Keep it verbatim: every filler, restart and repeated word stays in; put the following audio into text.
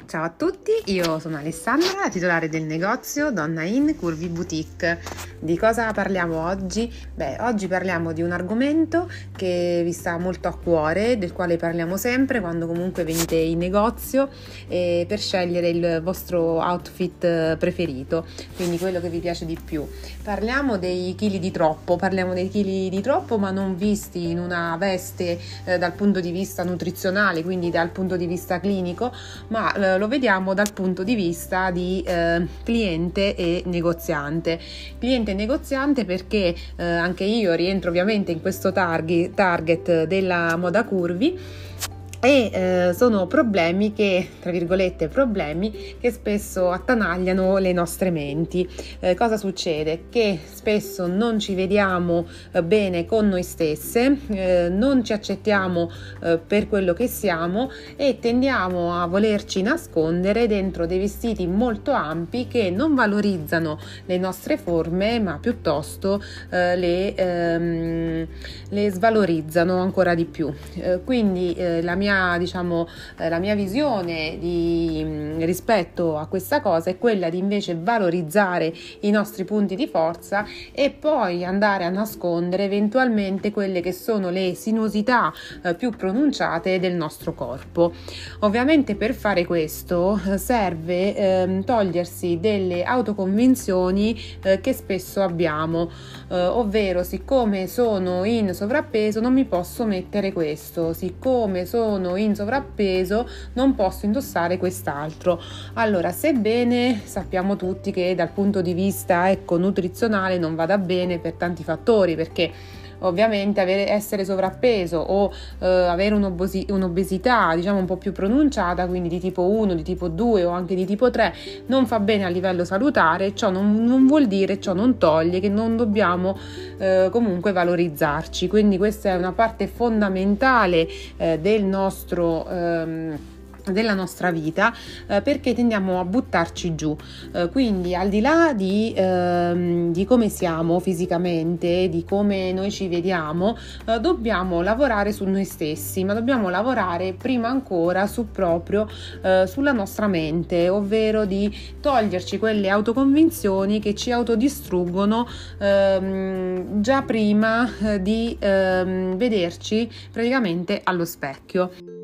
Ciao a tutti, io sono Alessandra, titolare del negozio Donna In Curvy Boutique. Di cosa parliamo oggi? Beh, oggi parliamo di un argomento che vi sta molto a cuore, del quale parliamo sempre quando comunque venite in negozio eh, per scegliere il vostro outfit preferito, quindi quello che vi piace di più. Parliamo dei chili di troppo, parliamo dei chili di troppo ma non visti in una veste eh, dal punto di vista nutrizionale, quindi dal punto di vista clinico, ma eh, lo vediamo dal punto di vista di eh, cliente e negoziante. Cliente e negoziante perché eh, anche io rientro ovviamente in questo target, target della moda curvy e eh, sono problemi che, tra virgolette, problemi che spesso attanagliano le nostre menti. Eh, cosa succede? Che spesso non ci vediamo eh, bene con noi stesse, eh, non ci accettiamo eh, per quello che siamo e tendiamo a volerci nascondere dentro dei vestiti molto ampi che non valorizzano le nostre forme, ma piuttosto eh, le, ehm, le svalorizzano ancora di più. Eh, quindi eh, la mia Mia, diciamo, eh, la mia visione di, mh, rispetto a questa cosa è quella di invece valorizzare i nostri punti di forza e poi andare a nascondere eventualmente quelle che sono le sinuosità eh, più pronunciate del nostro corpo. Ovviamente per fare questo eh, serve eh, togliersi delle autoconvinzioni eh, che spesso abbiamo, eh, ovvero siccome sono in sovrappeso non mi posso mettere questo, siccome sono in sovrappeso non posso indossare quest'altro. Allora, sebbene sappiamo tutti che dal punto di vista ecco nutrizionale non vada bene per tanti fattori, perché ovviamente avere, essere sovrappeso o eh, avere un'obosi, un'obesità diciamo un po' più pronunciata, quindi di tipo uno, di tipo due o anche di tipo tre, non fa bene a livello salutare. Ciò non, non vuol dire, ciò non toglie che non dobbiamo eh, comunque valorizzarci, quindi questa è una parte fondamentale eh, del nostro ehm, della nostra vita eh, perché tendiamo a buttarci giù, eh, quindi al di là di, ehm, di come siamo fisicamente, di come noi ci vediamo, eh, dobbiamo lavorare su noi stessi, ma dobbiamo lavorare prima ancora su proprio eh, sulla nostra mente, ovvero di toglierci quelle autoconvinzioni che ci autodistruggono ehm, già prima eh, di ehm, vederci praticamente allo specchio.